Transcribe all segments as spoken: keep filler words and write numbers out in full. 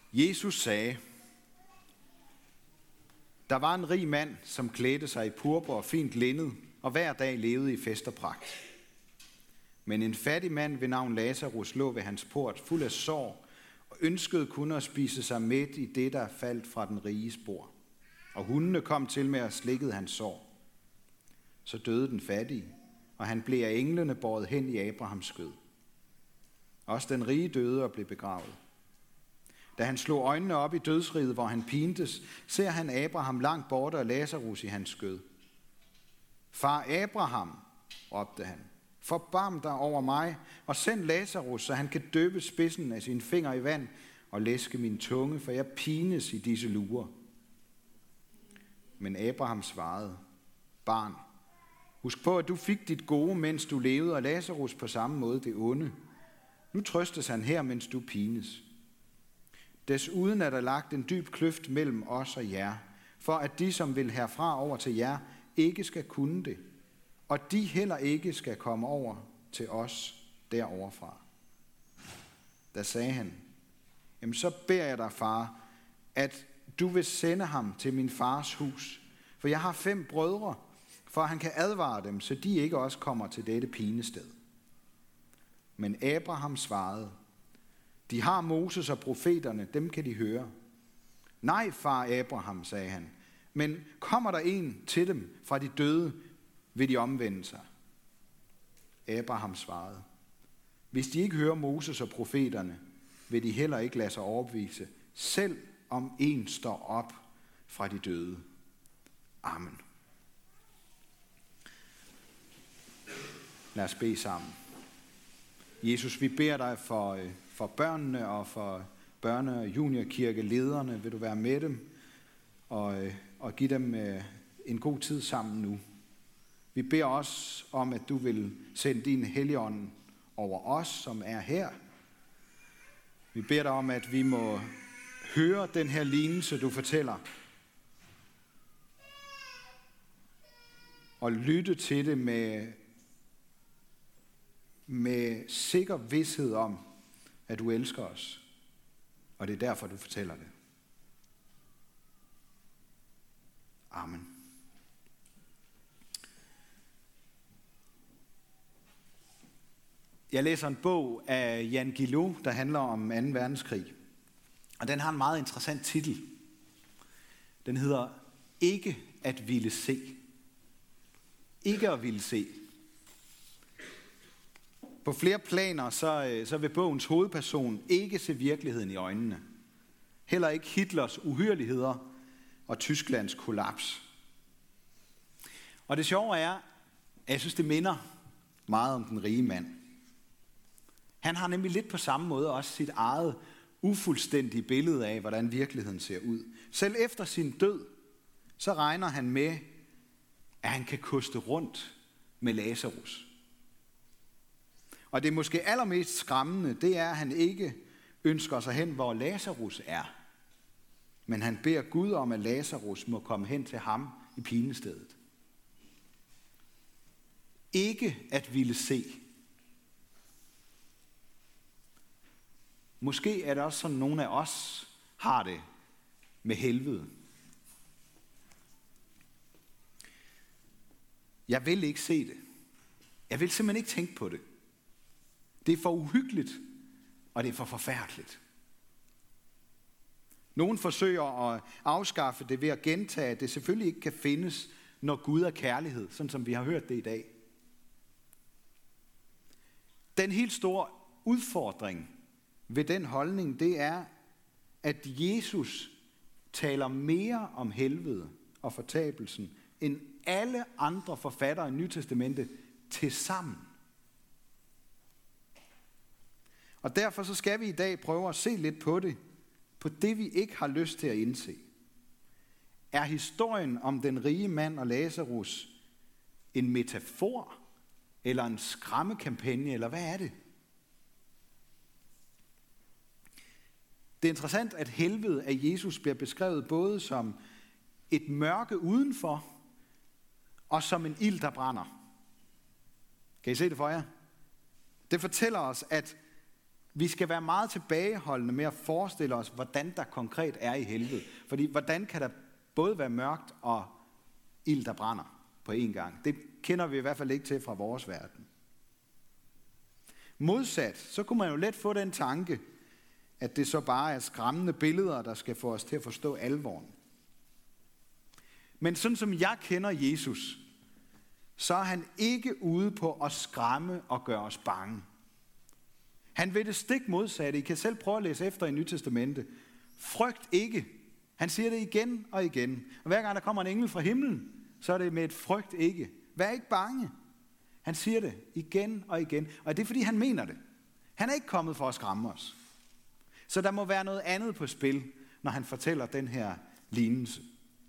Jesus sagde, der var en rig mand, som klædte sig i purpur og fint linned, og hver dag levede i fest og pragt. Men en fattig mand ved navn Lazarus lå ved hans port, fuld af sår, og ønskede kun at spise sig midt i det, der faldt fra den riges bord. Og hundene kom til med at slikkede hans sår. Så døde den fattige, og han blev af englene båret hen i Abrahams skød. Også den rige døde og blev begravet. Da han slog øjnene op i dødsriget, hvor han pintes, ser han Abraham langt borte og Lazarus i hans skød. Far Abraham, råbte han, forbarm dig over mig, og send Lazarus, så han kan døbe spidsen af sine fingre i vand og læske min tunge, for jeg pines i disse lurer. Men Abraham svarede, barn, husk på, at du fik dit gode, mens du levede, og Lazarus på samme måde det onde. Nu trøstes han her, mens du pines. Desuden er der lagt en dyb kløft mellem os og jer, for at de, som vil herfra over til jer, ikke skal kunne det, og de heller ikke skal komme over til os deroverfra. Da sagde han, jamen så beder jeg dig, far, at du vil sende ham til min fars hus, for jeg har fem brødre, for han kan advare dem, så de ikke også kommer til dette pinested. Men Abraham svarede, de har Moses og profeterne, dem kan de høre. Nej, far Abraham, sagde han, men kommer der en til dem fra de døde, vil de omvende sig. Abraham svarede, hvis de ikke hører Moses og profeterne, vil de heller ikke lade sig overbevise, selv om en står op fra de døde. Amen. Lad os bede sammen. Jesus, vi beder dig for, for børnene og for børne- og juniorkirkelederne. Vil du være med dem og, og give dem en god tid sammen nu. Vi beder også om, at du vil sende din Helligånd over os, som er her. Vi beder dig om, at vi må høre den her lignelse, du fortæller, og lytte til det med, med sikker vished om, at du elsker os, og det er derfor, du fortæller det. Amen. Jeg læser en bog af Jan Guillou, der handler om anden verdenskrig. Og den har en meget interessant titel. Den hedder Ikke at ville se. Ikke at ville se. På flere planer, så, så vil bogens hovedperson ikke se virkeligheden i øjnene. Heller ikke Hitlers uhyrligheder og Tysklands kollaps. Og det sjove er, at jeg synes, det minder meget om den rige mand. Han har nemlig lidt på samme måde også sit eget ufuldstændige billede af, hvordan virkeligheden ser ud. Selv efter sin død, så regner han med, at han kan koste rundt med Lazarus. Og det måske allermest skræmmende, det er, at han ikke ønsker sig hen, hvor Lazarus er. Men han beder Gud om, at Lazarus må komme hen til ham i pinestedet. Ikke at ville se. Måske er det også sådan, nogle af os har det med helvede. Jeg vil ikke se det. Jeg vil simpelthen ikke tænke på det. Det er for uhyggeligt, og det er for forfærdeligt. Nogen forsøger at afskaffe det ved at gentage, at det selvfølgelig ikke kan findes, når Gud er kærlighed, sådan som vi har hørt det i dag. Den helt store udfordring ved den holdning, det er, at Jesus taler mere om helvede og fortabelsen, end alle andre forfattere i Nye Testamente til sammen. Og derfor så skal vi i dag prøve at se lidt på det, på det vi ikke har lyst til at indse. Er historien om den rige mand og Lazarus en metafor, eller en skræmmekampagne, eller hvad er det? Det er interessant, at helvede af Jesus bliver beskrevet både som et mørke udenfor, og som en ild, der brænder. Kan I se det for jer? Det fortæller os, at Vi skal være meget tilbageholdende med at forestille os, hvordan der konkret er i helvede. Fordi hvordan kan der både være mørkt og ild, der brænder på én gang? Det kender vi i hvert fald ikke til fra vores verden. Modsat, så kunne man jo let få den tanke, at det så bare er skræmmende billeder, der skal få os til at forstå alvoren. Men sådan som jeg kender Jesus, så er han ikke ude på at skræmme og gøre os bange. Han vil det stik modsatte. I kan selv prøve at læse efter i Nyt Testamente. Frygt ikke. Han siger det igen og igen. Og hver gang der kommer en engel fra himlen, så er det med et frygt ikke. Vær ikke bange. Han siger det igen og igen. Og det er fordi han mener det. Han er ikke kommet for at skræmme os. Så der må være noget andet på spil, når han fortæller den her lignelse.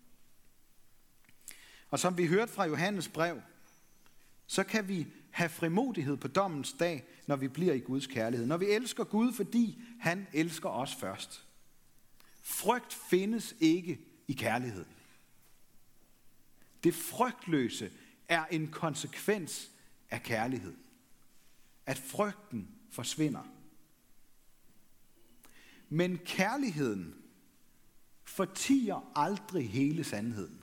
Og som vi hørte fra Johannes brev, så kan vi have frimodighed på dommens dag, når vi bliver i Guds kærlighed. Når vi elsker Gud, fordi han elsker os først. Frygt findes ikke i kærlighed. Det frygtløse er en konsekvens af kærlighed. At frygten forsvinder. Men kærligheden fortier aldrig hele sandheden.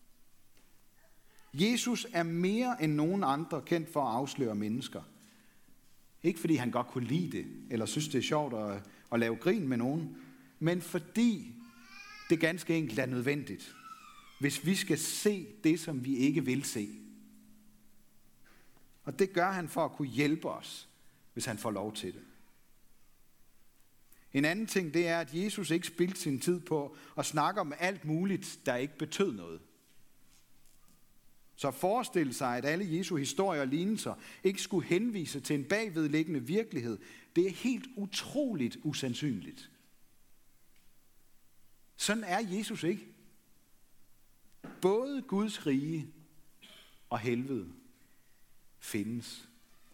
Jesus er mere end nogen andre kendt for at afsløre mennesker. Ikke fordi han godt kunne lide det, eller synes det er sjovt at, at lave grin med nogen, men fordi det ganske enkelt er nødvendigt, hvis vi skal se det, som vi ikke vil se. Og det gør han for at kunne hjælpe os, hvis han får lov til det. En anden ting, det er, at Jesus ikke spildte sin tid på at snakke om alt muligt, der ikke betød noget. Så forestil sig, at alle Jesu historier og lignelser ikke skulle henvise til en bagvedliggende virkelighed, det er helt utroligt usandsynligt. Sådan er Jesus ikke. Både Guds rige og helvede findes.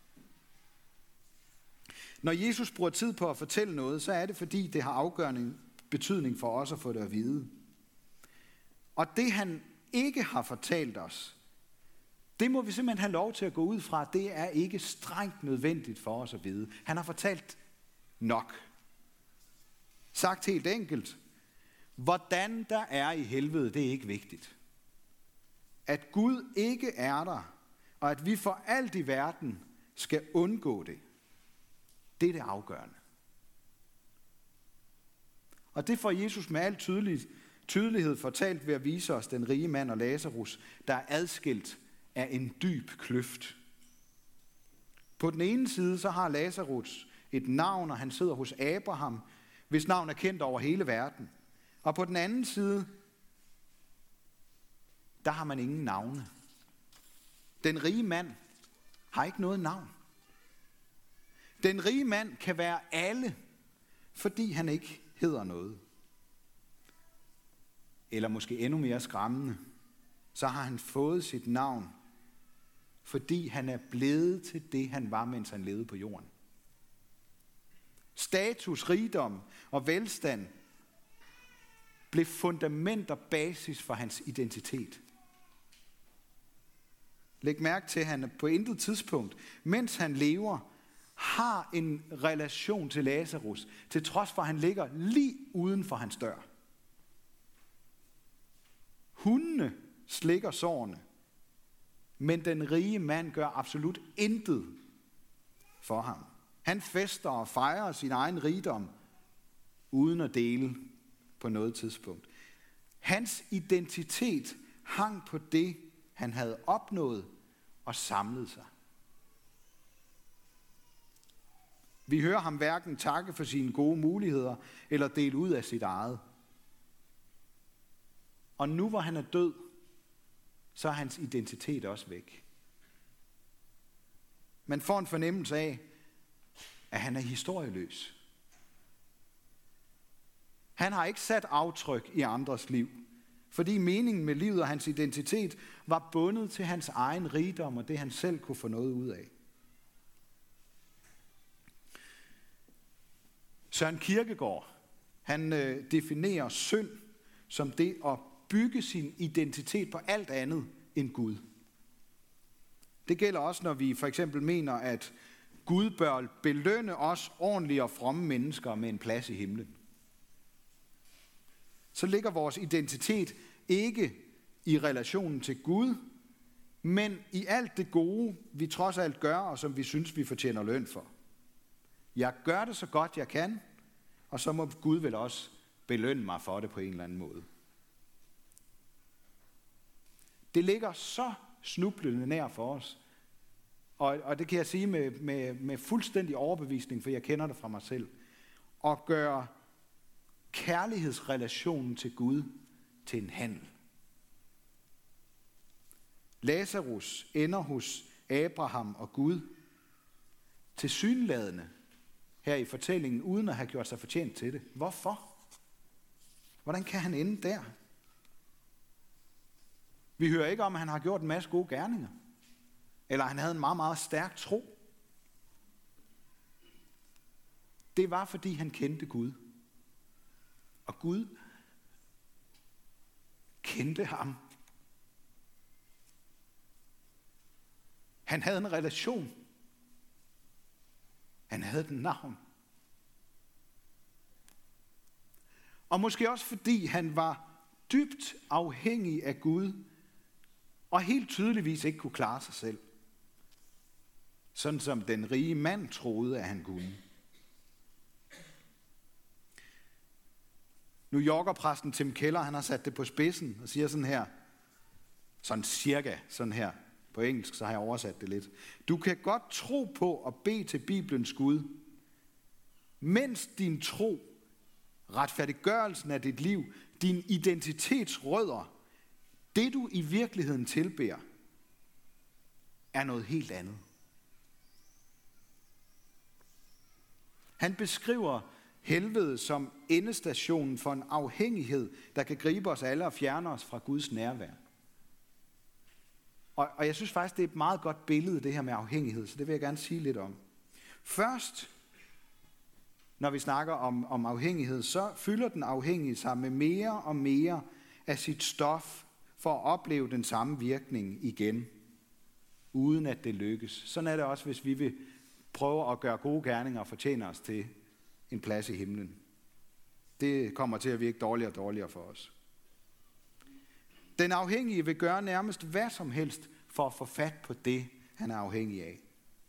Når Jesus bruger tid på at fortælle noget, så er det fordi, det har afgørende betydning for os at få det at vide. Og det han ikke har fortalt os, det må vi simpelthen have lov til at gå ud fra. Det er ikke strengt nødvendigt for os at vide. Han har fortalt nok. Sagt helt enkelt, hvordan der er i helvede, det er ikke vigtigt. At Gud ikke er der, og at vi for alt i verden skal undgå det, det er det afgørende. Og det får Jesus med al tydelig, tydelighed fortalt ved at vise os den rige mand og Lazarus, der er adskilt af en dyb kløft. På den ene side så har Lazarus et navn, og han sidder hos Abraham, hvis navn er kendt over hele verden. Og på den anden side, der har man ingen navne. Den rige mand har ikke noget navn. Den rige mand kan være alle, fordi han ikke hedder noget. Eller måske endnu mere skræmmende, så har han fået sit navn, fordi han er blevet til det, han var, mens han levede på jorden. Status, rigdom og velstand blev fundament og basis for hans identitet. Læg mærke til, at han på intet tidspunkt, mens han lever, har en relation til Lazarus, til trods for, at han ligger lige uden for hans dør. Hundene slikker sårene, men den rige mand gør absolut intet for ham. Han fester og fejrer sin egen rigdom, uden at dele på noget tidspunkt. Hans identitet hang på det, han havde opnået og samlet sig. Vi hører ham hverken takke for sine gode muligheder, eller dele ud af sit eget. Og nu hvor han er død, så er hans identitet også væk. Man får en fornemmelse af, at han er historieløs. Han har ikke sat aftryk i andres liv, fordi meningen med livet og hans identitet var bundet til hans egen rigdom og det, han selv kunne få noget ud af. Søren Kierkegaard, han øh, definerer synd som det at bygge sin identitet på alt andet end Gud. Det gælder også, når vi for eksempel mener, at Gud bør belønne os ordentlige og fromme mennesker med en plads i himlen. Så ligger vores identitet ikke i relationen til Gud, men i alt det gode, vi trods alt gør, og som vi synes, vi fortjener løn for. Jeg gør det så godt, jeg kan, og så må Gud vel også belønne mig for det på en eller anden måde. Det ligger så snublende nær for os, og, og det kan jeg sige med, med, med fuldstændig overbevisning, for jeg kender det fra mig selv, at gøre kærlighedsrelationen til Gud til en handel. Lazarus ender hos Abraham og Gud, tilsyneladende her i fortællingen, uden at have gjort sig fortjent til det. Hvorfor? Hvordan kan han ende der? Vi hører ikke om, at han har gjort en masse gode gerninger, eller han havde en meget, meget stærk tro. Det var, fordi han kendte Gud. Og Gud kendte ham. Han havde en relation. Han havde et navn. Og måske også fordi han var dybt afhængig af Gud, og helt tydeligvis ikke kunne klare sig selv. Sådan som den rige mand troede, at han kunne. New Yorker-præsten Tim Keller, han har sat det på spidsen og siger sådan her, sådan cirka sådan her, på engelsk, så har jeg oversat det lidt. Du kan godt tro på og bede til Bibelens Gud, mens din tro, retfærdiggørelsen af dit liv, din identitetsrødder, det du i virkeligheden tilbeder, er noget helt andet. Han beskriver helvede som endestationen for en afhængighed, der kan gribe os alle og fjerne os fra Guds nærvær. Og, og jeg synes faktisk, det er et meget godt billede, det her med afhængighed, så det vil jeg gerne sige lidt om. Først, når vi snakker om, om afhængighed, så fylder den afhængige sig med mere og mere af sit stof, for at opleve den samme virkning igen, uden at det lykkes. Sådan er det også, hvis vi vil prøve at gøre gode gerninger og fortjene os til en plads i himlen. Det kommer til at virke dårligere og dårligere for os. Den afhængige vil gøre nærmest hvad som helst for at få fat på det, han er afhængig af.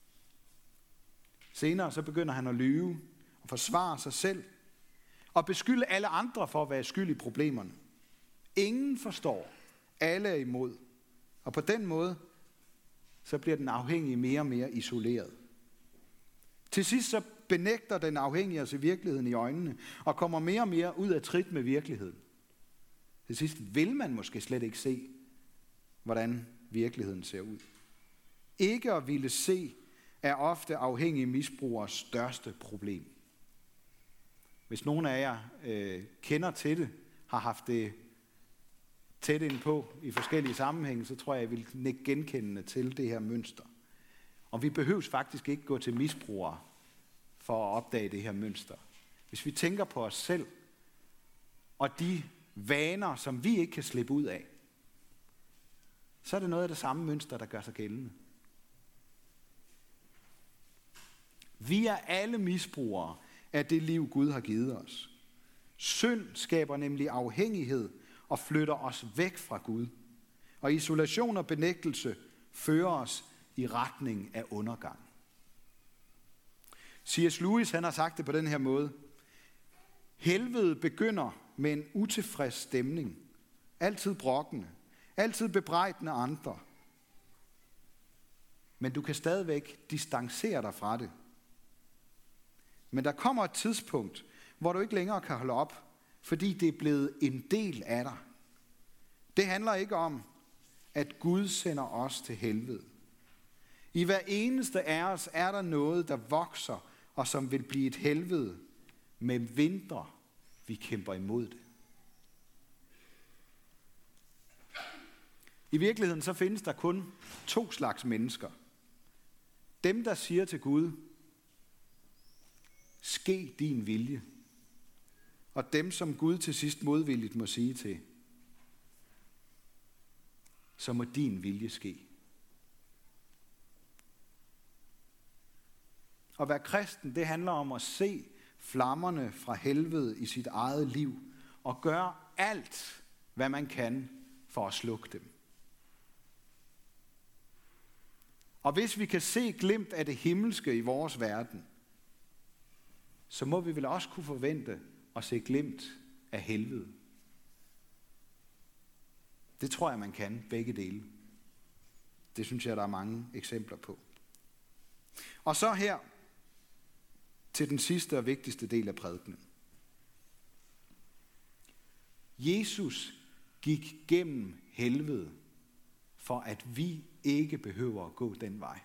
Senere så begynder han at lyve og forsvare sig selv og beskylde alle andre for at være skyld i problemerne. Ingen forstår. Alle er imod. Og på den måde, så bliver den afhængige mere og mere isoleret. Til sidst så benægter den afhængige os i virkeligheden i øjnene, og kommer mere og mere ud af trit med virkeligheden. Til sidst vil man måske slet ikke se, hvordan virkeligheden ser ud. Ikke at ville se er ofte afhængige misbrugers største problem. Hvis nogen af jer øh, kender til det, har haft det tæt ind på i forskellige sammenhænge, så tror jeg, jeg vil nikke genkendende til det her mønster. Og vi behøves faktisk ikke gå til misbrugere for at opdage det her mønster. Hvis vi tænker på os selv, og de vaner, som vi ikke kan slippe ud af, så er det noget af det samme mønster, der gør sig gældende. Vi er alle misbrugere af det liv, Gud har givet os. Synd skaber nemlig afhængighed og flytter os væk fra Gud. Og isolation og benægtelse fører os i retning af undergang. C S Lewis, han har sagt det på den her måde. Helvede begynder med en utilfreds stemning. Altid brokkende. Altid bebrejdende andre. Men du kan stadigvæk distancere dig fra det. Men der kommer et tidspunkt, hvor du ikke længere kan holde op, fordi det er blevet en del af dig. Det handler ikke om, at Gud sender os til helvede. I hver eneste af os er der noget, der vokser, og som vil blive et helvede, med mindre vi kæmper imod det. I virkeligheden så findes der kun to slags mennesker. Dem, der siger til Gud, ske din vilje. Og dem, som Gud til sidst modvilligt må sige til, så må din vilje ske. At være kristen, det handler om at se flammerne fra helvede i sit eget liv, og gøre alt, hvad man kan for at slukke dem. Og hvis vi kan se glimt af det himmelske i vores verden, så må vi vel også kunne forvente at se glimt af helvede. Det tror jeg, man kan, begge dele. Det synes jeg, der er mange eksempler på. Og så her til den sidste og vigtigste del af prædikenen. Jesus gik gennem helvede, for at vi ikke behøver at gå den vej.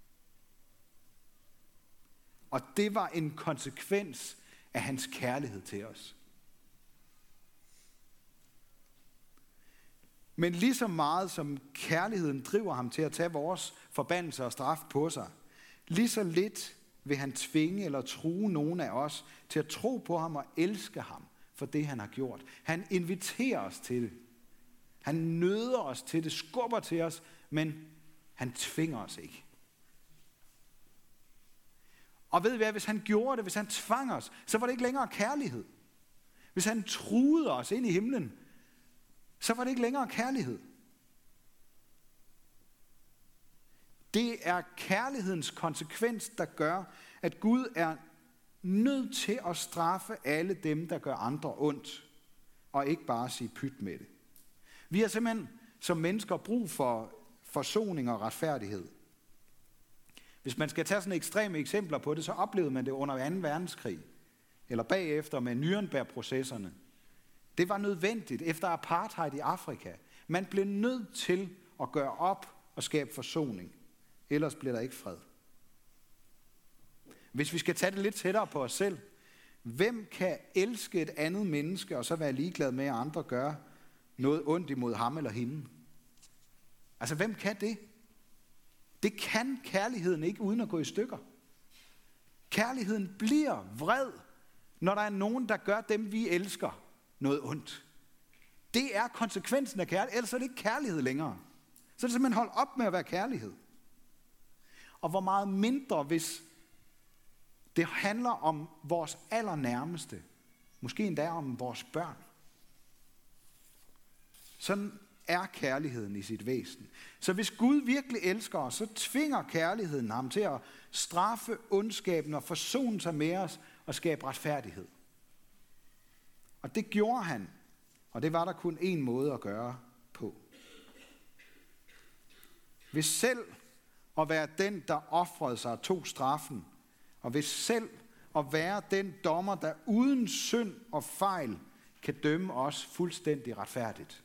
Og det var en konsekvens af hans kærlighed til os. Men lige så meget som kærligheden driver ham til at tage vores forbandelse og straf på sig, lige så lidt vil han tvinge eller true nogen af os til at tro på ham og elske ham for det, han har gjort. Han inviterer os til det. Han nøder os til det, skubber til os, men han tvinger os ikke. Og ved I hvad, hvis han gjorde det, hvis han tvang os, så var det ikke længere kærlighed. Hvis han truede os ind i himlen, så var det ikke længere kærlighed. Det er kærlighedens konsekvens, der gør, at Gud er nødt til at straffe alle dem, der gør andre ondt, og ikke bare sige pyt med det. Vi har simpelthen som mennesker brug for forsoning og retfærdighed. Hvis man skal tage sådan ekstreme eksempler på det, så oplevede man det under anden verdenskrig, eller bagefter med Nürnberg-processerne. Det var nødvendigt efter apartheid i Afrika. Man blev nødt til at gøre op og skabe forsoning. Ellers bliver der ikke fred. Hvis vi skal tage det lidt tættere på os selv. Hvem kan elske et andet menneske, og så være ligeglad med, at andre gør noget ondt imod ham eller hende? Altså, hvem kan det? Det kan kærligheden ikke, uden at gå i stykker. Kærligheden bliver vred, når der er nogen, der gør dem, vi elsker, noget ondt. Det er konsekvensen af kærlighed, ellers er det ikke kærlighed længere. Så er det simpelthen holdt op med at være kærlighed. Og hvor meget mindre, hvis det handler om vores allernærmeste, måske endda om vores børn. Sådan er kærligheden i sit væsen. Så hvis Gud virkelig elsker os, så tvinger kærligheden ham til at straffe ondskaben og forsone sig med os og skabe retfærdighed. Og det gjorde han, og det var der kun én måde at gøre på. Hvis selv at være den, der ofrede sig og tog straffen, og hvis selv at være den dommer, der uden synd og fejl kan dømme os fuldstændig retfærdigt.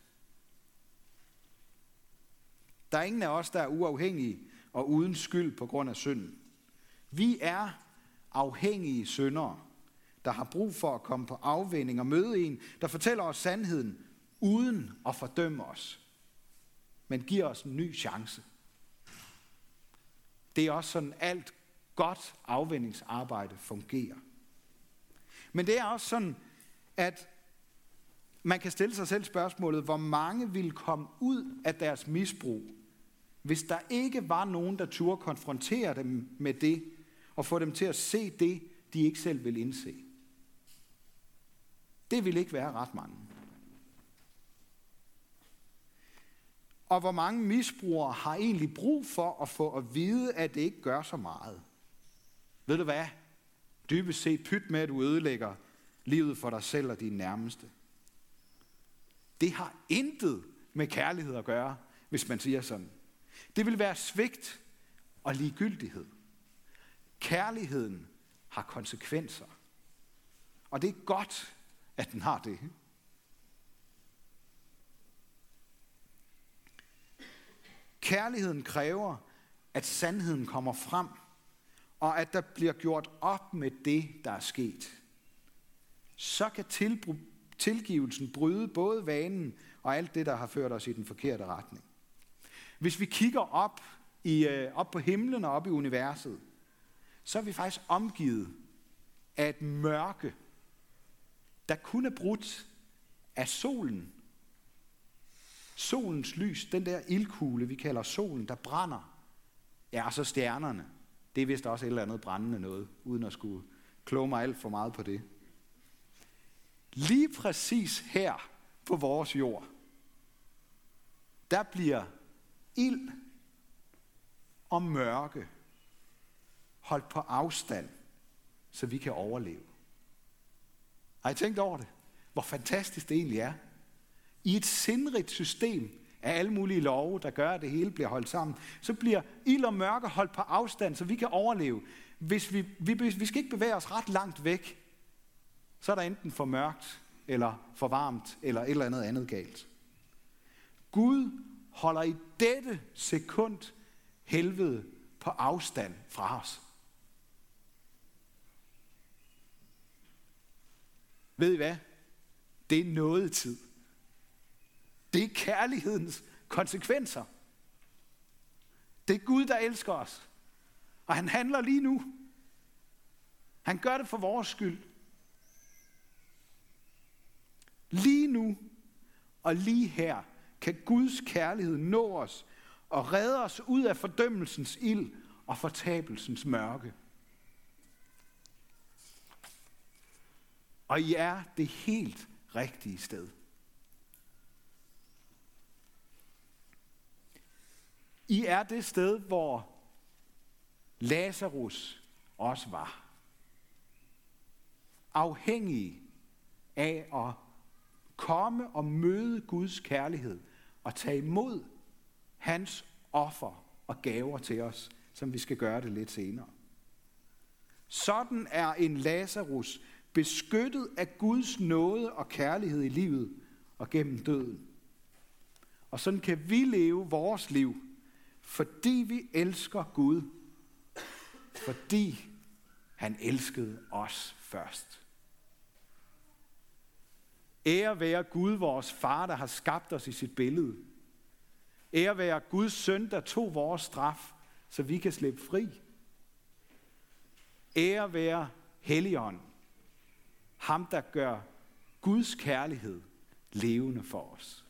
Der er ingen af os, der er uafhængige og uden skyld på grund af synden. Vi er afhængige syndere, der har brug for at komme på afvinding og møde en, der fortæller os sandheden, uden at fordømme os, men giver os en ny chance. Det er også sådan, alt godt afvendingsarbejde fungerer. Men det er også sådan, at man kan stille sig selv spørgsmålet, hvor mange ville komme ud af deres misbrug, hvis der ikke var nogen, der turde konfrontere dem med det, og få dem til at se det, de ikke selv vil indse. Det ville ikke være ret mange. Og hvor mange misbrugere har egentlig brug for at få at vide, at det ikke gør så meget? Ved du hvad? Dybest set pyt med, at du ødelægger livet for dig selv og dine nærmeste. Det har intet med kærlighed at gøre, hvis man siger sådan. Det vil være svigt og ligegyldighed. Kærligheden har konsekvenser. Og det er godt, at den har det. Kærligheden kræver, at sandheden kommer frem, og at der bliver gjort op med det, der er sket. Så kan tilgivelsen bryde både vanen og alt det, der har ført os i den forkerte retning. Hvis vi kigger op, i, op på himlen og op i universet, så er vi faktisk omgivet af et mørke, der kun er brudt af solen. Solens lys, den der ildkugle, vi kalder solen, der brænder, ja, og så stjernerne, Det er vist også et eller andet brændende noget, uden at skulle kloge mig alt for meget på det. Lige præcis her på vores jord, der bliver ild og mørke holdt på afstand, så vi kan overleve. Har I tænkt over det? Hvor fantastisk det egentlig er. I et sindrigt system af alle mulige love, der gør, at det hele bliver holdt sammen, så bliver ild og mørke holdt på afstand, så vi kan overleve. Hvis vi, vi, vi skal ikke bevæge os ret langt væk, så er der enten for mørkt, eller for varmt, eller et eller andet andet galt. Gud holder i dette sekund helvede på afstand fra os. Ved I hvad? Det er nådetid. Det er kærlighedens konsekvenser. Det er Gud, der elsker os. Og han handler lige nu. Han gør det for vores skyld. Lige nu og lige her kan Guds kærlighed nå os og redde os ud af fordømmelsens ild og fortabelsens mørke. Og I er det helt rigtige sted. I er det sted, hvor Lazarus også var. Afhængig af at komme og møde Guds kærlighed og tage imod hans offer og gaver til os, som vi skal gøre det lidt senere. Sådan er en Lazarus beskyttet af Guds nåde og kærlighed i livet og gennem døden. Og sådan kan vi leve vores liv, fordi vi elsker Gud, fordi han elskede os først. Ære være Gud, vores far, der har skabt os i sit billede. Ære være Guds søn, der tog vores straf, så vi kan slippe fri. Ære være Helligånden, ham der gør Guds kærlighed levende for os.